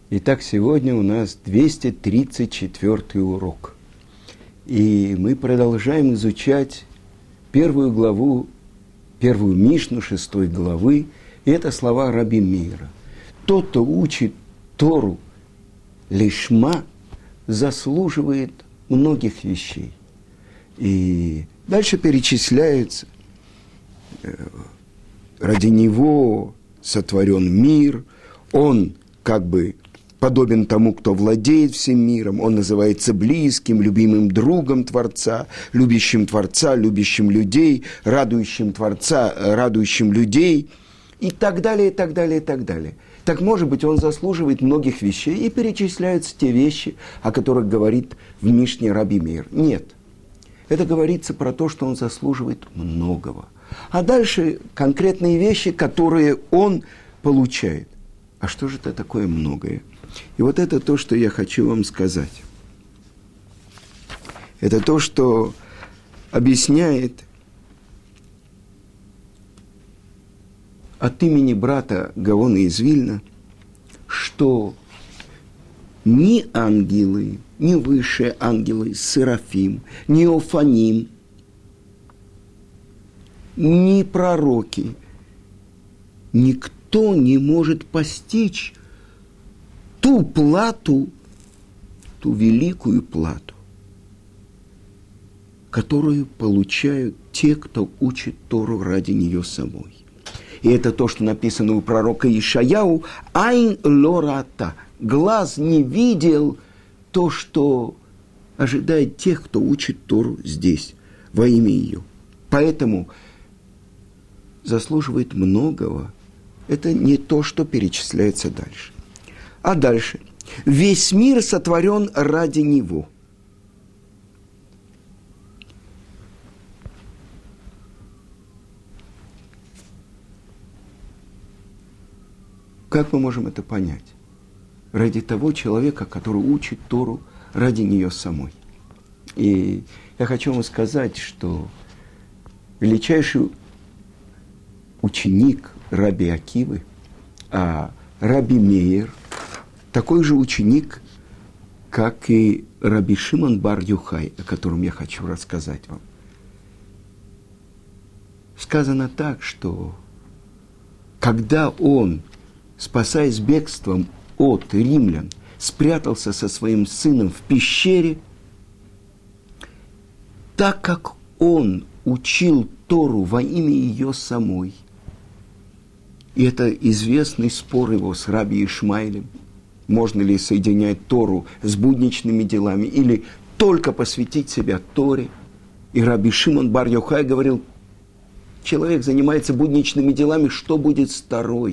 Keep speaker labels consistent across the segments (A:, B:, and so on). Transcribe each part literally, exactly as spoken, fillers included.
A: Итак, сегодня у нас двести тридцать четвёртый урок. И мы продолжаем изучать первую главу, первую Мишну шестой главы. И это слова Раби Меира. Тот, кто учит Тору лишма, заслуживает многих вещей. И дальше перечисляется, ради него сотворен мир, он как бы подобен тому, кто владеет всем миром, он называется близким, любимым другом Творца, любящим Творца, любящим людей, радующим Творца, радующим людей, и так далее, и так далее, и так далее. Так, может быть, он заслуживает многих вещей, и перечисляются те вещи, о которых говорит в Мишне Раби Меир. Нет. Это говорится про то, что он заслуживает многого. А дальше конкретные вещи, которые он получает. А что же это такое многое? И вот это то, что я хочу вам сказать. Это то, что объясняет от имени брата Гаона из Вильна, что ни ангелы, ни высшие ангелы, Серафим, ни Офаним, ни пророки, никто не может постичь ту плату, ту великую плату, которую получают те, кто учит Тору ради нее самой. И это то, что написано у пророка Ишаяу: «Айн лората» – глаз не видел то, что ожидает тех, кто учит Тору здесь, во имя ее. Поэтому заслуживает многого. Это не то, что перечисляется дальше. А дальше. Весь мир сотворен ради него. Как мы можем это понять? Ради того человека, который учит Тору ради нее самой. И я хочу вам сказать, что величайший ученик Раби Акивы, а Раби Меир, такой же ученик, как и Раби Шимон бар Йохай, о котором я хочу рассказать вам. Сказано так, что когда он, спасаясь бегством от римлян, спрятался со своим сыном в пещере, так как он учил Тору во имя ее самой, и это известный спор его с Раби Ишмаилем, можно ли соединять Тору с будничными делами или только посвятить себя Торе. И Раби Шимон бар Йохай говорил: человек занимается будничными делами, что будет с Торой?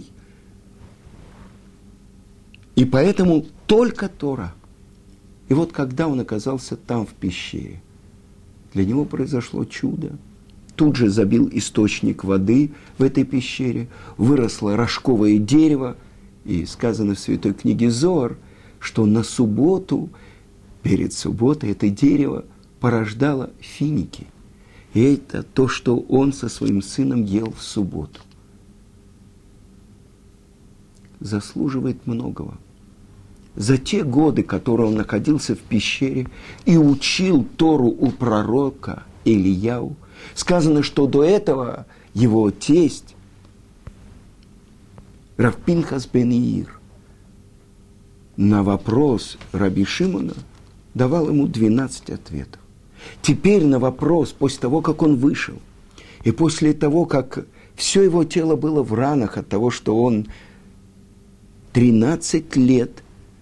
A: И поэтому только Тора. И вот когда он оказался там, в пещере, для него произошло чудо. Тут же забил источник воды в этой пещере, выросло рожковое дерево, и сказано в святой книге Зоар, что на субботу, перед субботой, это дерево порождало финики. И это то, что он со своим сыном ел в субботу. Заслуживает многого. За те годы, которые он находился в пещере и учил Тору у пророка Илияу, сказано, что до этого его тесть Рав Пинхас бен Яир на вопрос Раби Шимона давал ему двенадцать ответов. Теперь на вопрос, после того, как он вышел, и после того, как все его тело было в ранах от того, что он тринадцать лет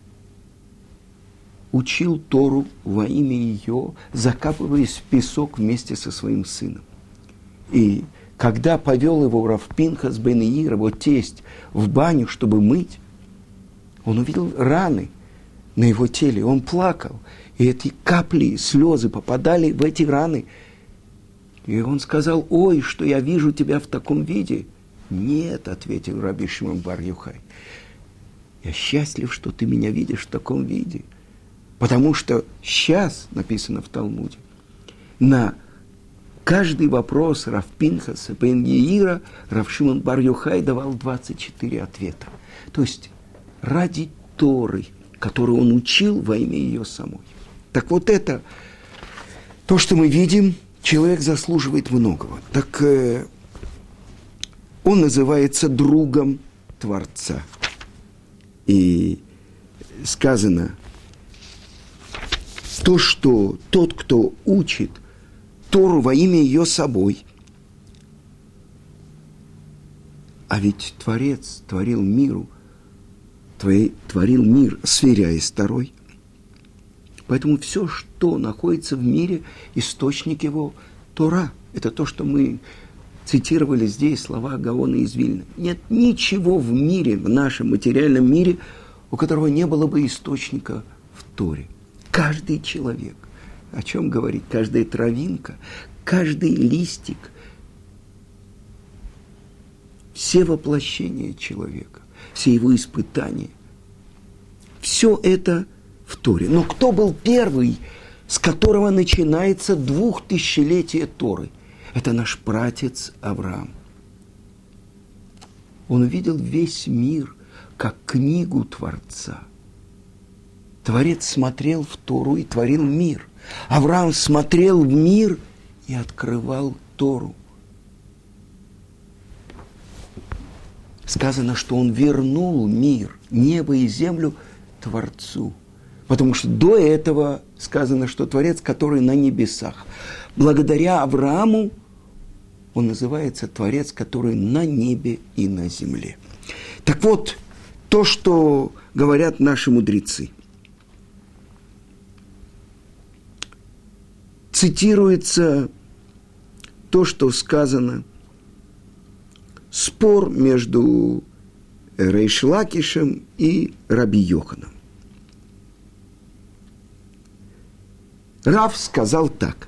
A: учил Тору во имя ее, закапываясь в песок вместе со своим сыном. И когда повел его Рав Пинхас бен Яир, его тесть, в баню, чтобы мыть, он увидел раны на его теле, он плакал, и эти капли, слезы попадали в эти раны. И он сказал: «Ой, что я вижу тебя в таком виде». «Нет», — ответил Раби Шимон бар Йохай, «я счастлив, что ты меня видишь в таком виде». Потому что сейчас, написано в Талмуде, на каждый вопрос Рав Пинхаса бен Яира Рав Шимон бар Йохай давал двадцать четыре ответа. То есть ради Торы, которую он учил во имя ее самой. Так вот это, то, что мы видим, человек заслуживает многого. Так э, он называется другом Творца. И сказано, то, что тот, кто учит Тору во имя ее собой, а ведь Творец творил миру, творил мир, сверяясь с Торой. Поэтому все, что находится в мире, источник его Тора. Это то, что мы цитировали здесь, слова Гаона из Вильны. Нет ничего в мире, в нашем материальном мире, у которого не было бы источника в Торе. Каждый человек, о чем говорит, каждая травинка, каждый листик, все воплощения человека, все его испытания, все это в Торе. Но кто был первый, с которого начинается двухтысячелетие Торы? Это наш пратец Авраам. Он увидел весь мир как книгу Творца. Творец смотрел в Тору и творил мир. Авраам смотрел в мир и открывал Тору. Сказано, что он вернул мир, небо и землю Творцу. Потому что до этого сказано, что Творец, который на небесах. Благодаря Аврааму он называется Творец, который на небе и на земле. Так вот, то, что говорят наши мудрецы. Цитируется то, что сказано. Спор между Рейш Лакишем и Раби Йоханом. Рав сказал так.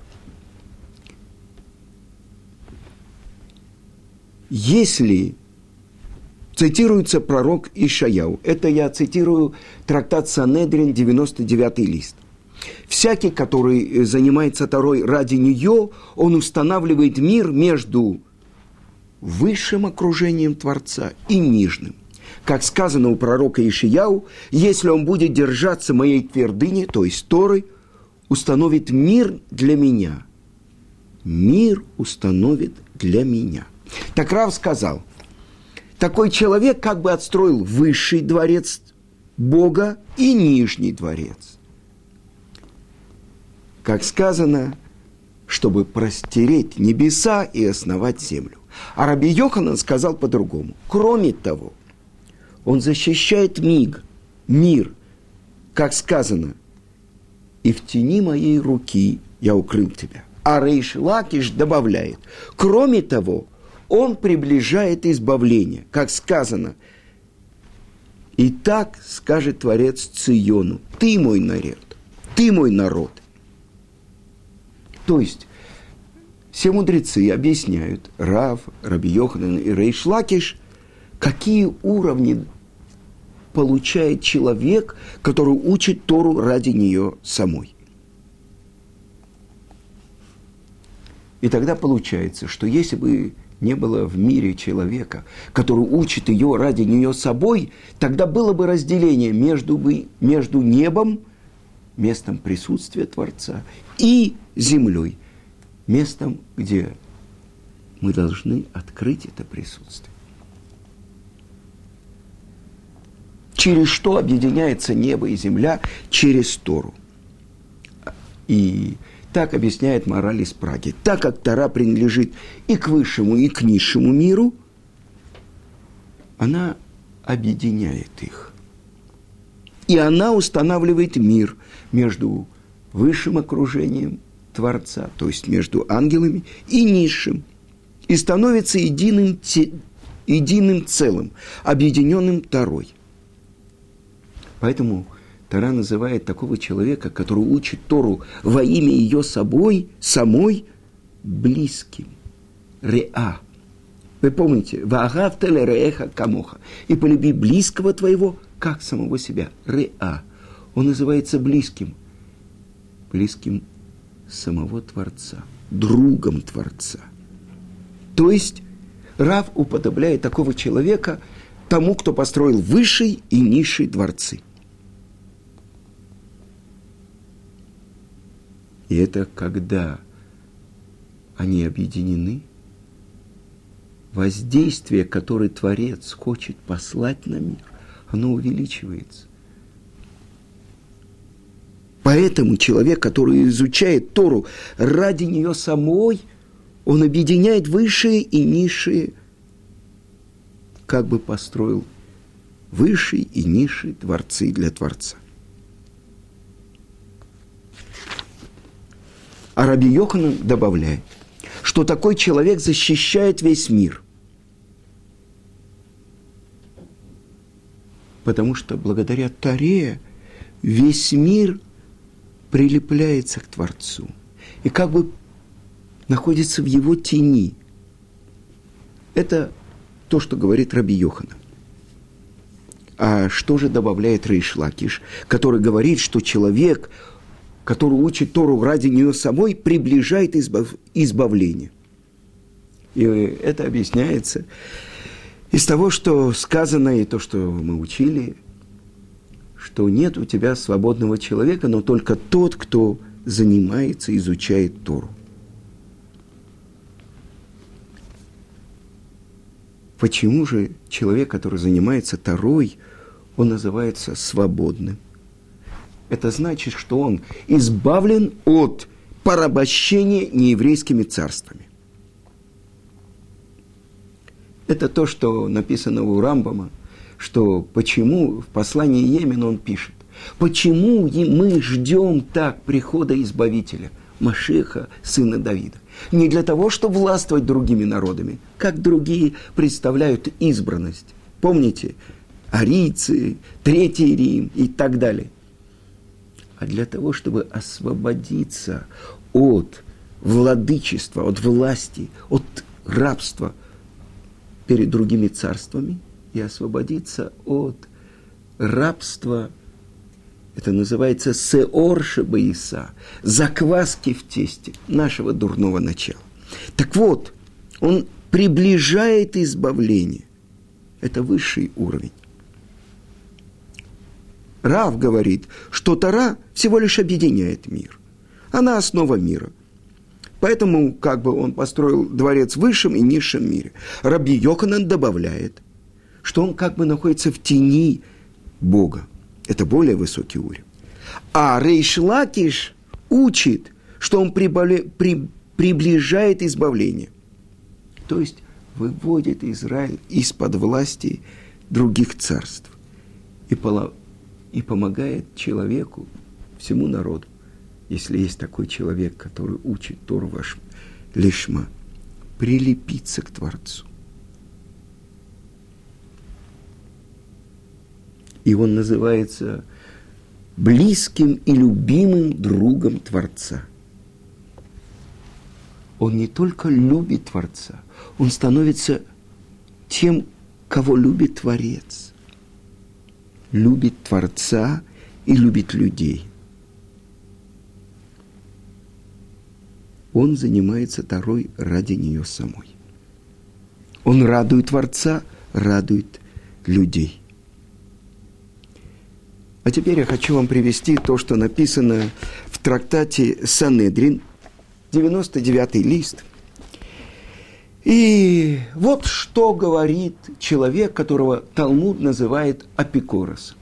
A: Если цитируется пророк Ишаяу, это я цитирую трактат Санедрин, девяносто девятый лист. Всякий, который занимается Торой ради нее, он устанавливает мир между высшим окружением Творца и нижним. Как сказано у пророка Ишаяу, если он будет держаться моей твердыни, то есть Торы, установит мир для меня. Мир установит для меня. Так Рав сказал, такой человек как бы отстроил высший дворец Бога и нижний дворец. Как сказано, чтобы простереть небеса и основать землю. А Раби Йоханан сказал по-другому. Кроме того, он защищает миг, мир, как сказано, и в тени моей руки я укрыл тебя. А Рейш Лакиш добавляет, кроме того, он приближает избавление, как сказано, и так скажет Творец Циону, ты мой народ, ты мой народ. То есть, все мудрецы объясняют, Рав, Раби Йоханан и Рейш Лакиш, какие уровни получает человек, который учит Тору ради нее самой. И тогда получается, что если бы не было в мире человека, который учит ее ради нее собой, тогда было бы разделение между, между небом, местом присутствия Творца, и землей, местом, где мы должны открыть это присутствие. Через что объединяется небо и земля? Через Тору. И так объясняет мораль из Праги. Так как Тора принадлежит и к высшему, и к низшему миру, она объединяет их. И она устанавливает мир между высшим окружением Творца, то есть между ангелами, и низшим. И становится единым, те, единым целым, объединенным Торой. Поэтому Тора называет такого человека, который учит Тору во имя ее собой, самой, близким. Реа. Вы помните, «Ваагавта лереэха камоха» и полюби близкого твоего, как самого себя. Реа. Он называется близким. Близким самого Творца. Другом Творца. То есть Рав уподобляет такого человека тому, кто построил высший и низший дворцы. И это когда они объединены, воздействие, которое Творец хочет послать на мир, оно увеличивается. Поэтому человек, который изучает Тору ради нее самой, он объединяет высшие и низшие, как бы построил высшие и низшие творцы для Творца. А Раби Йоханан добавляет, что такой человек защищает весь мир. Потому что благодаря Торе весь мир прилепляется к Творцу и как бы находится в его тени. Это то, что говорит Раби Йоханан. А что же добавляет Рейш Лакиш, который говорит, что человек, который учит Тору ради нее самой, приближает избав... избавление. И это объясняется из того, что сказано, и то, что мы учили, что нет у тебя свободного человека, но только тот, кто занимается, изучает Тору. Почему же человек, который занимается Торой, он называется свободным? Это значит, что он избавлен от порабощения нееврейскими царствами. Это то, что написано у Рамбама, что почему в послании Йемена он пишет, почему мы ждем так прихода Избавителя, Машеха, сына Давида. Не для того, чтобы властвовать другими народами, как другие представляют избранность. Помните, арийцы, Третий Рим и так далее. А для того, чтобы освободиться от владычества, от власти, от рабства перед другими царствами и освободиться от рабства, это называется сеор шебаиса, закваски в тесте нашего дурного начала. Так вот, он приближает избавление. Это высший уровень. Рав говорит, что Тора всего лишь объединяет мир. Она основа мира. Поэтому как бы он построил дворец в высшем и низшем мире. Раби Йоханан добавляет, что он как бы находится в тени Бога. Это более высокий уровень. А Рейш Лакиш учит, что он прибавля... при... приближает избавление. То есть выводит Израиль из-под власти других царств. И, пола... и помогает человеку, всему народу, если есть такой человек, который учит Тору ваш лишма, прилепиться к Творцу. И он называется близким и любимым другом Творца. Он не только любит Творца, он становится тем, кого любит Творец. Любит Творца и любит людей. Он занимается Торой ради нее самой. Он радует Творца, радует людей. А теперь я хочу вам привести то, что написано в трактате Санедрин, девяносто девятый лист. И вот что говорит человек, которого Талмуд называет апикорос.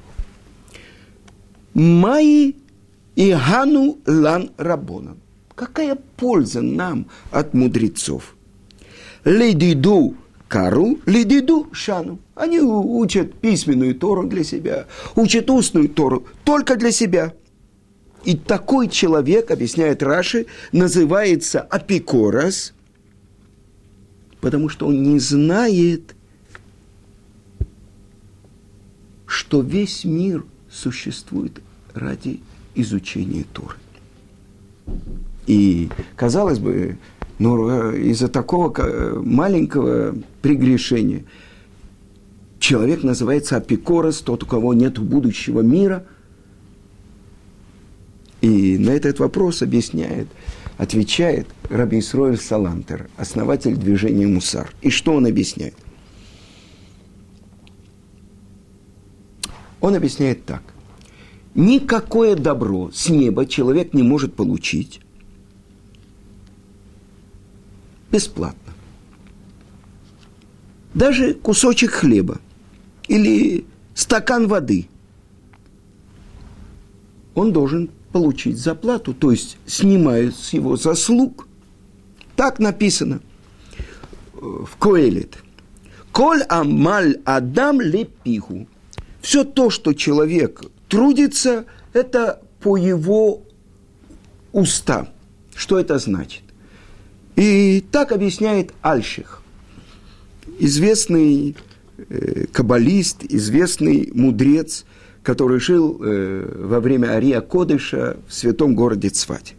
A: «Маи и гану лан рабонам». Какая польза нам от мудрецов? «Ледиду кару, ледиду шану». Они учат письменную Тору для себя, учат устную Тору только для себя. И такой человек, объясняет Раши, называется апикорос, потому что он не знает, что весь мир существует ради изучения Торы. И, казалось бы, ну, из-за такого маленького прегрешения человек называется апикорос, тот, у кого нет будущего мира. И на этот вопрос объясняет, отвечает Раби Исроэль Салантер, основатель движения Мусар. И что он объясняет? Он объясняет так. Никакое добро с неба человек не может получить, бесплатно. Даже кусочек хлеба или стакан воды он должен получить заплату, то есть снимают с его заслуг. Так написано в Коэлет. «Коль амаль адам лепиху». Все то, что человек трудится, это по его устам. Что это значит? И так объясняет Альших, известный э, каббалист, известный мудрец, который жил э, во время Ария Кодыша в святом городе Цфате.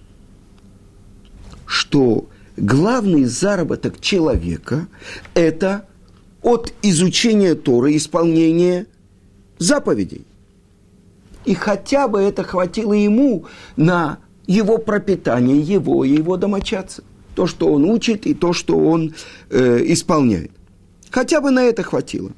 A: Что главный заработок человека – это от изучения Торы, исполнения заповедей. И хотя бы это хватило ему на его пропитание, его и его домочадцев. То, что он учит, и то, что он э, исполняет. Хотя бы на это хватило.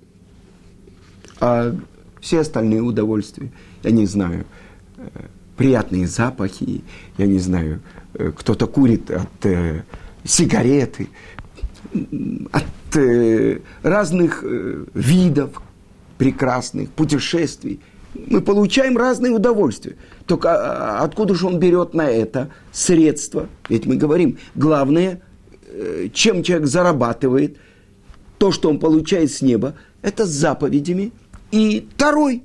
A: А все остальные удовольствия, я не знаю, э, приятные запахи, я не знаю, э, кто-то курит от э, сигареты, от э, разных э, видов прекрасных путешествий. Мы получаем разные удовольствия. Только откуда же он берет на это средства? Ведь мы говорим, главное, чем человек зарабатывает, то, что он получает с неба, это с заповедями и Торой.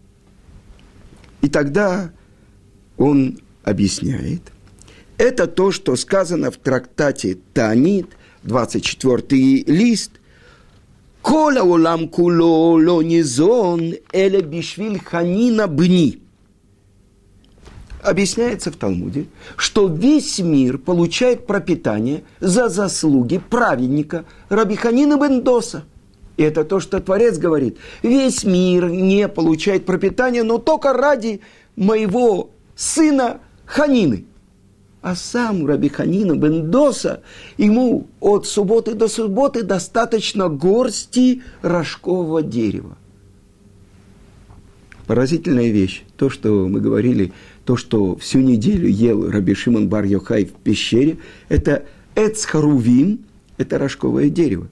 A: И тогда он объясняет, это то, что сказано в трактате Таанит, двадцать четвёртый лист, «Кола улам куло ло низон эле бишвиль ханина бни». Объясняется в Талмуде, что весь мир получает пропитание за заслуги праведника Раби Ханина бен Доса. И это то, что Творец говорит. Весь мир не получает пропитание, но только ради моего сына Ханины. А сам Раби Ханина бен Доса, ему от субботы до субботы достаточно горсти рожкового дерева. Поразительная вещь. То, что мы говорили, то, что всю неделю ел Раби Шимон бар Йохай в пещере, это эц харувим, это рожковое дерево.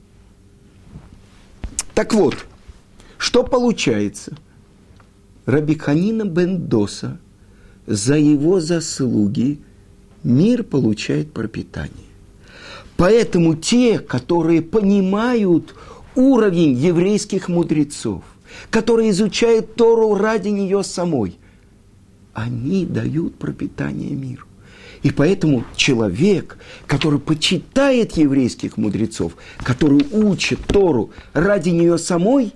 A: Так вот, что получается? Раби Ханина бен Доса за его заслуги мир получает пропитание. Поэтому те, которые понимают уровень еврейских мудрецов, которые изучают Тору ради нее самой, они дают пропитание миру. И поэтому человек, который почитает еврейских мудрецов, который учит Тору ради нее самой,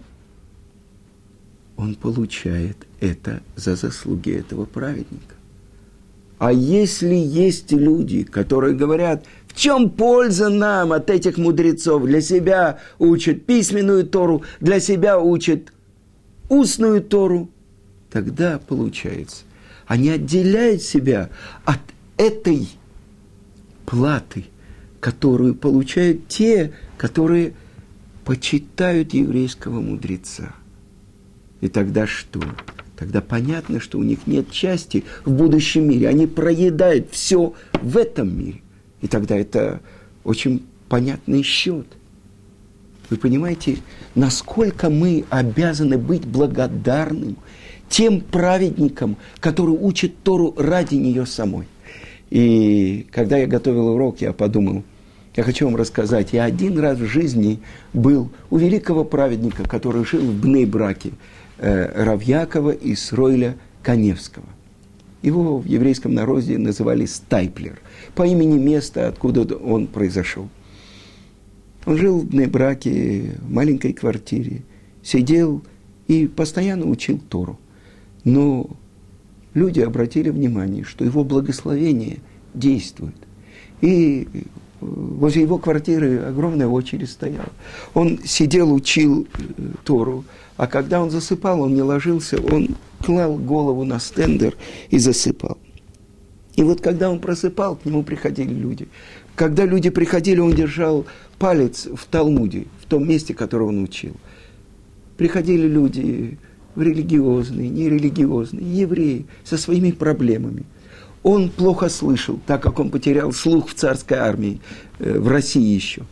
A: он получает это за заслуги этого праведника. А если есть люди, которые говорят, в чем польза нам от этих мудрецов? Для себя учат письменную Тору, для себя учат устную Тору. Тогда получается, они отделяют себя от этой платы, которую получают те, которые почитают еврейского мудреца. И тогда что? Тогда понятно, что у них нет части в будущем мире. Они проедают все в этом мире. И тогда это очень понятный счет. Вы понимаете, насколько мы обязаны быть благодарным тем праведникам, которые учат Тору ради нее самой. И когда я готовил урок, я подумал, я хочу вам рассказать, я один раз в жизни был у великого праведника, который жил в Бней-Браке, э, Рав Якова Исроиля Каневского. Его в еврейском народе называли Стайплер, по имени места, откуда он произошел. Он жил в Бней-Браке, в маленькой квартире, сидел и постоянно учил Тору. Но люди обратили внимание, что его благословение действует. И возле его квартиры огромная очередь стояла. Он сидел, учил Тору, а когда он засыпал, он не ложился, он клал голову на стендер и засыпал. И вот когда он просыпал, к нему приходили люди. Когда люди приходили, он держал палец в Талмуде, в том месте, которое он учил. Приходили люди религиозные, нерелигиозные, евреи со своими проблемами. Он плохо слышал, так как он потерял слух в царской армии, э, в России еще.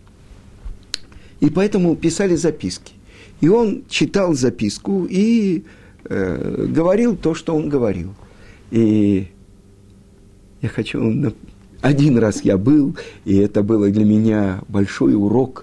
A: И поэтому писали записки. И он читал записку и э, говорил то, что он говорил. И я хочу... Один раз я был, и это было для меня большой урок.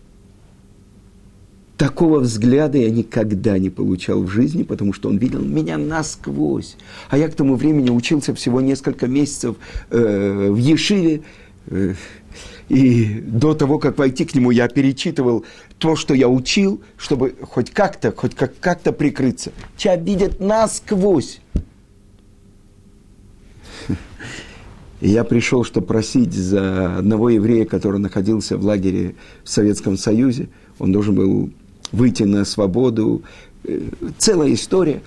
A: Такого взгляда я никогда не получал в жизни, потому что он видел меня насквозь. А я к тому времени учился всего несколько месяцев э, в ешиве. Э, и до того, как войти к нему, я перечитывал то, что я учил, чтобы хоть как-то, хоть как- как-то прикрыться. Тебя видят насквозь. И я пришел, чтобы просить за одного еврея, который находился в лагере в Советском Союзе. Он должен был выйти на свободу. Целая история.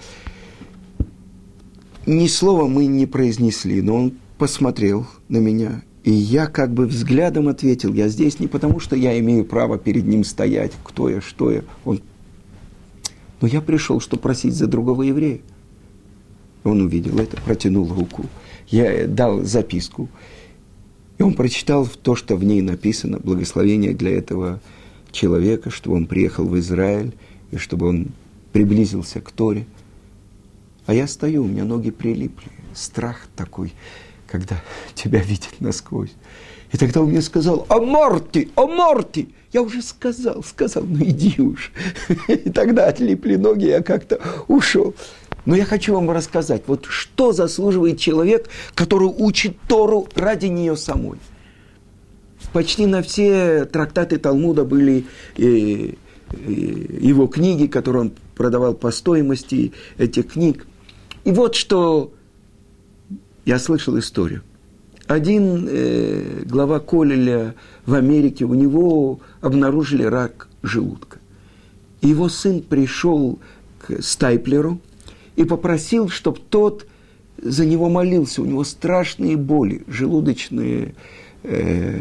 A: Ни слова мы не произнесли, но он посмотрел на меня. И я как бы взглядом ответил. Я здесь не потому, что я имею право перед ним стоять. Кто я, что я. Он... Но я пришел, чтобы просить за другого еврея. Он увидел это, протянул руку. Я дал записку. И он прочитал то, что в ней написано. Благословение для этого человека, чтобы он приехал в Израиль, и чтобы он приблизился к Торе. А я стою, у меня ноги прилипли. Страх такой, когда тебя видят насквозь. И тогда он мне сказал: «О Морти! О Морти!» Я уже сказал, сказал, ну иди уж. И тогда отлипли ноги, я как-то ушел. Но я хочу вам рассказать, вот что заслуживает человек, который учит Тору ради нее самой. Почти на все трактаты Талмуда были э, э, его книги, которые он продавал по стоимости этих книг. И вот что я слышал историю. Один э, глава колледжа в Америке, у него обнаружили рак желудка. И его сын пришел к Стайплеру и попросил, чтобы тот за него молился. У него страшные боли, желудочные. Э,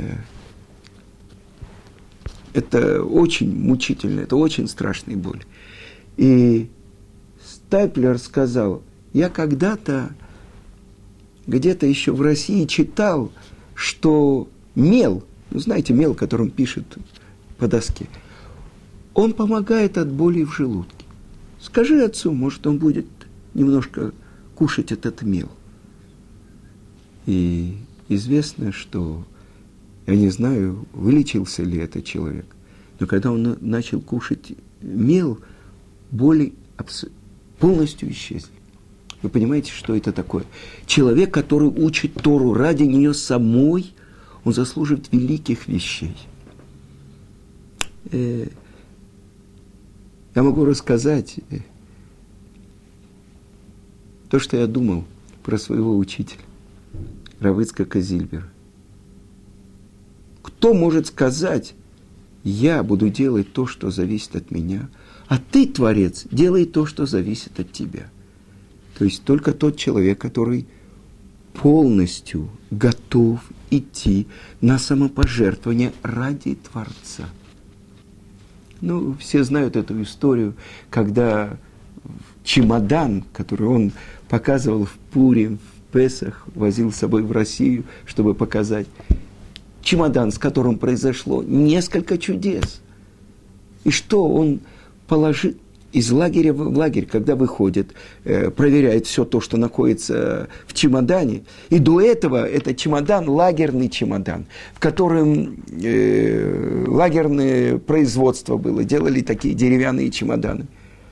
A: это очень мучительно, это очень страшные боли. И Стайплер сказал: я когда-то где-то еще в России читал, что мел, ну, знаете, мел, которым пишут по доске, он помогает от боли в желудке. Скажи отцу, может, он будет немножко кушать этот мел. И известно, что, я не знаю, вылечился ли этот человек, но когда он начал кушать мел, боли полностью исчезли. Вы понимаете, что это такое? Человек, который учит Тору ради нее самой, он заслуживает великих вещей. Э, я могу рассказать э, то, что я думал про своего учителя, Рав Ицхака Зильбера. Кто может сказать: я буду делать то, что зависит от меня, а ты, Творец, делай то, что зависит от тебя? То есть только тот человек, который полностью готов идти на самопожертвование ради Творца. Ну, все знают эту историю, когда чемодан, который он показывал в Пурим, в Песах, возил с собой в Россию, чтобы показать. Чемодан, с которым произошло несколько чудес. И что он положил? Из лагеря в лагерь, когда выходит, э, проверяет все то, что находится в чемодане. И до этого это чемодан, лагерный чемодан, в котором э, лагерное производство было, делали такие деревянные чемоданы.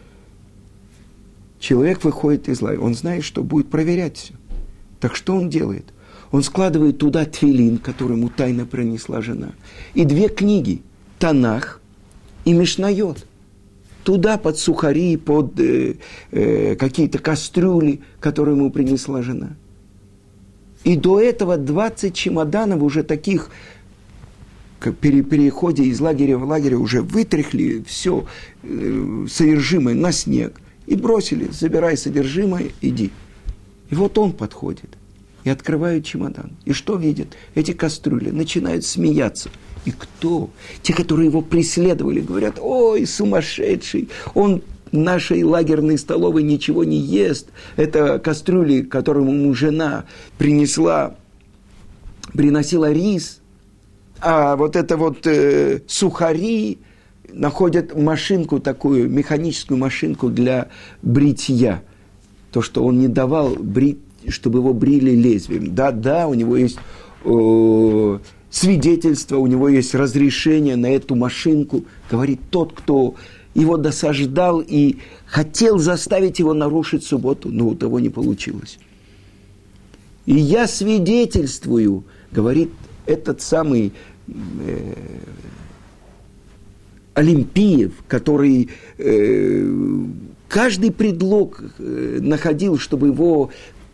A: Человек выходит из лагеря, он знает, что будет проверять все. Так что он делает? Он складывает туда тфилин, который ему тайно принесла жена, и две книги, Танах и Мишнайот. Туда под сухари, под э, э, какие-то кастрюли, которые ему принесла жена. И до этого двадцать чемоданов уже таких, как при переходе из лагеря в лагерь, уже вытряхли все э, содержимое на снег и бросили: забирай содержимое, иди. И вот он подходит и открывает чемодан. И что видит? Эти кастрюли начинают смеяться. И кто? Те, которые его преследовали, говорят: ой, сумасшедший, он в нашей лагерной столовой ничего не ест. Это кастрюли, которому ему жена принесла, приносила рис, а вот это вот э, сухари, находят машинку такую, механическую машинку для бритья. То, что он не давал брить, чтобы его брили лезвием. Да-да, у него есть э, свидетельство, у него есть разрешение на эту машинку. Говорит тот, кто его досаждал и хотел заставить его нарушить субботу, но у того не получилось. И я свидетельствую, говорит этот самый э, Олимпиев, который э, каждый предлог э, находил, чтобы его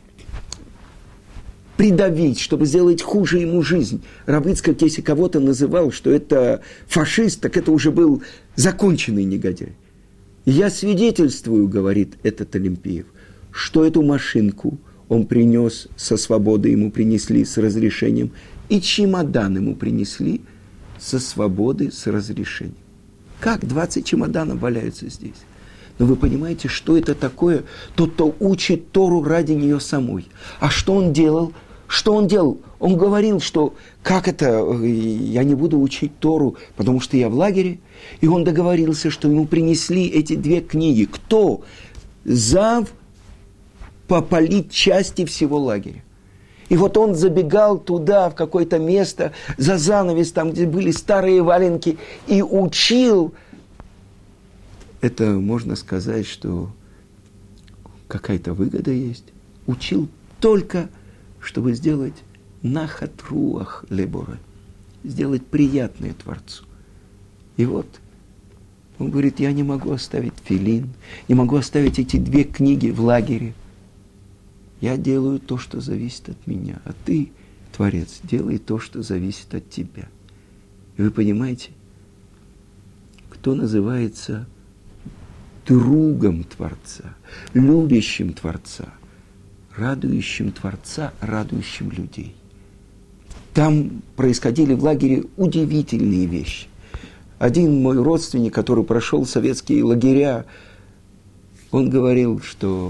A: придавить, чтобы сделать хуже ему жизнь. Рав Ицхак, если кого-то называл, что это фашист, так это уже был законченный негодяй. И я свидетельствую, говорит этот Олимпиев, что эту машинку он принес со свободой, ему принесли с разрешением, и чемодан ему принесли со свободы, с разрешением. Как двадцать чемоданов валяются здесь? Но вы понимаете, что это такое? Тот, кто учит Тору ради нее самой. А что он делал? Что он делал? Он говорил, что как это, я не буду учить Тору, потому что я в лагере. И он договорился, что ему принесли эти две книги. Кто? Зав по политчасти всего лагеря. И вот он забегал туда, в какое-то место, за занавес, там, где были старые валенки, и учил. Это можно сказать, что какая-то выгода есть. Учил только, чтобы сделать нахат руах лебора, сделать приятное Творцу. И вот он говорит, я не могу оставить филин, не могу оставить эти две книги в лагере. Я делаю то, что зависит от меня, а ты, Творец, делай то, что зависит от тебя. И вы понимаете, кто называется другом Творца, любящим Творца, радующим Творца, радующим людей. Там происходили в лагере удивительные вещи. Один мой родственник, который прошел советские лагеря, он говорил, что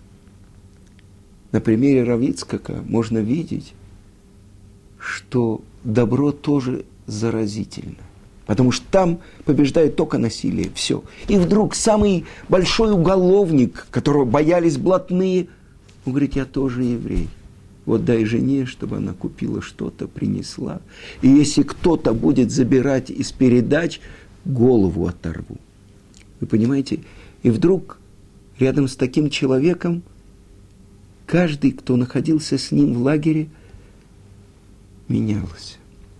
A: на примере Рав Ицхака можно видеть, что добро тоже заразительно. Потому что там побеждает только насилие, все. И вдруг самый большой уголовник, которого боялись блатные, он говорит, я тоже еврей. Вот дай жене, чтобы она купила что-то, принесла. И если кто-то будет забирать из передач, голову оторву. Вы понимаете? И вдруг рядом с таким человеком каждый, кто находился с ним в лагере, менялся.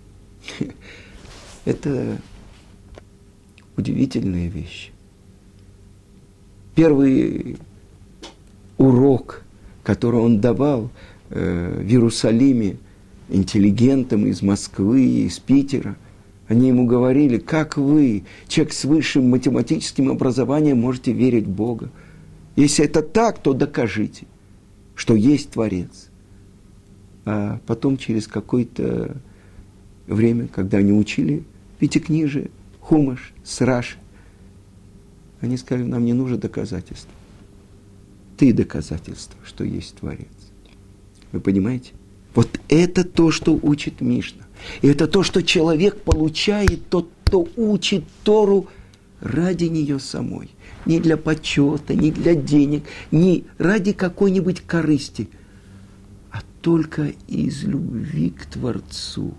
A: Это удивительная вещь. Первый урок, который он давал э, в Иерусалиме интеллигентам из Москвы, из Питера, они ему говорили, как вы, человек с высшим математическим образованием, можете верить в Бога. Если это так, то докажите, что есть Творец. А потом через какое-то время, когда они учили пятикнижие, хумаш, сраш, они сказали, нам не нужно доказательства. Ты доказательство, что есть Творец. Вы понимаете? Вот это то, что учит Мишна. И это то, что человек получает, тот, кто учит Тору ради нее самой. Не для почета, не для денег, не ради какой-нибудь корысти, а только из любви к Творцу,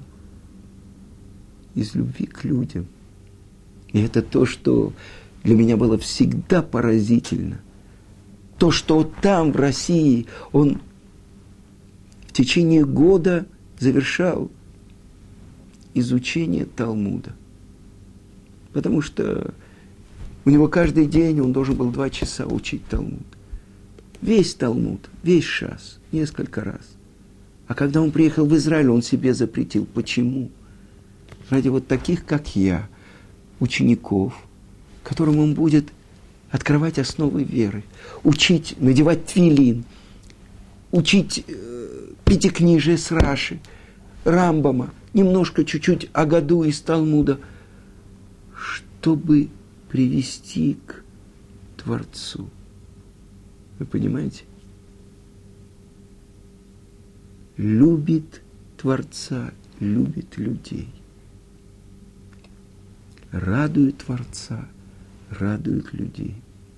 A: из любви к людям. И это то, что для меня было всегда поразительно. То, что там, в России, он в течение года завершал изучение Талмуда. Потому что у него каждый день он должен был два часа учить Талмуд. Весь Талмуд, весь шас, несколько раз. А когда он приехал в Израиль, он себе запретил. Почему? Ради вот таких, как я, учеников, которым он будет открывать основы веры, учить, надевать тфилин, учить э, пятикнижие с Раши, Рамбама, немножко, чуть-чуть Агаду из Талмуда, чтобы привести к Творцу. Вы понимаете? Любит Творца, любит людей. Радует Творца, радует людей.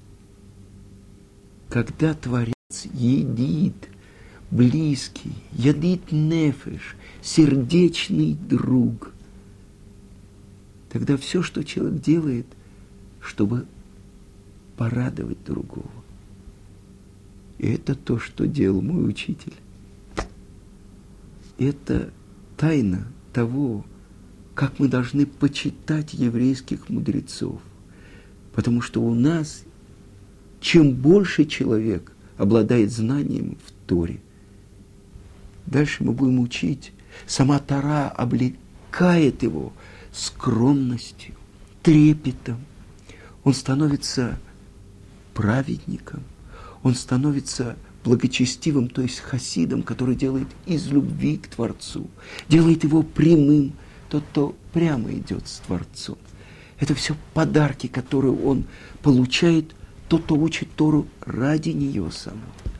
A: Когда Творец едит, близкий, ядит нефеш, сердечный друг, тогда все, что человек делает, чтобы порадовать другого. И это то, что делал мой учитель. Это тайна того, как мы должны почитать еврейских мудрецов. Потому что у нас, чем больше человек обладает знанием в Торе, дальше мы будем учить. Сама Тора облекает его скромностью, трепетом. Он становится праведником, он становится благочестивым, то есть хасидом, который делает из любви к Творцу, делает его прямым, тот, кто прямо идет с Творцом. Это все подарки, которые он получает, тот, кто учит Тору ради нее самого.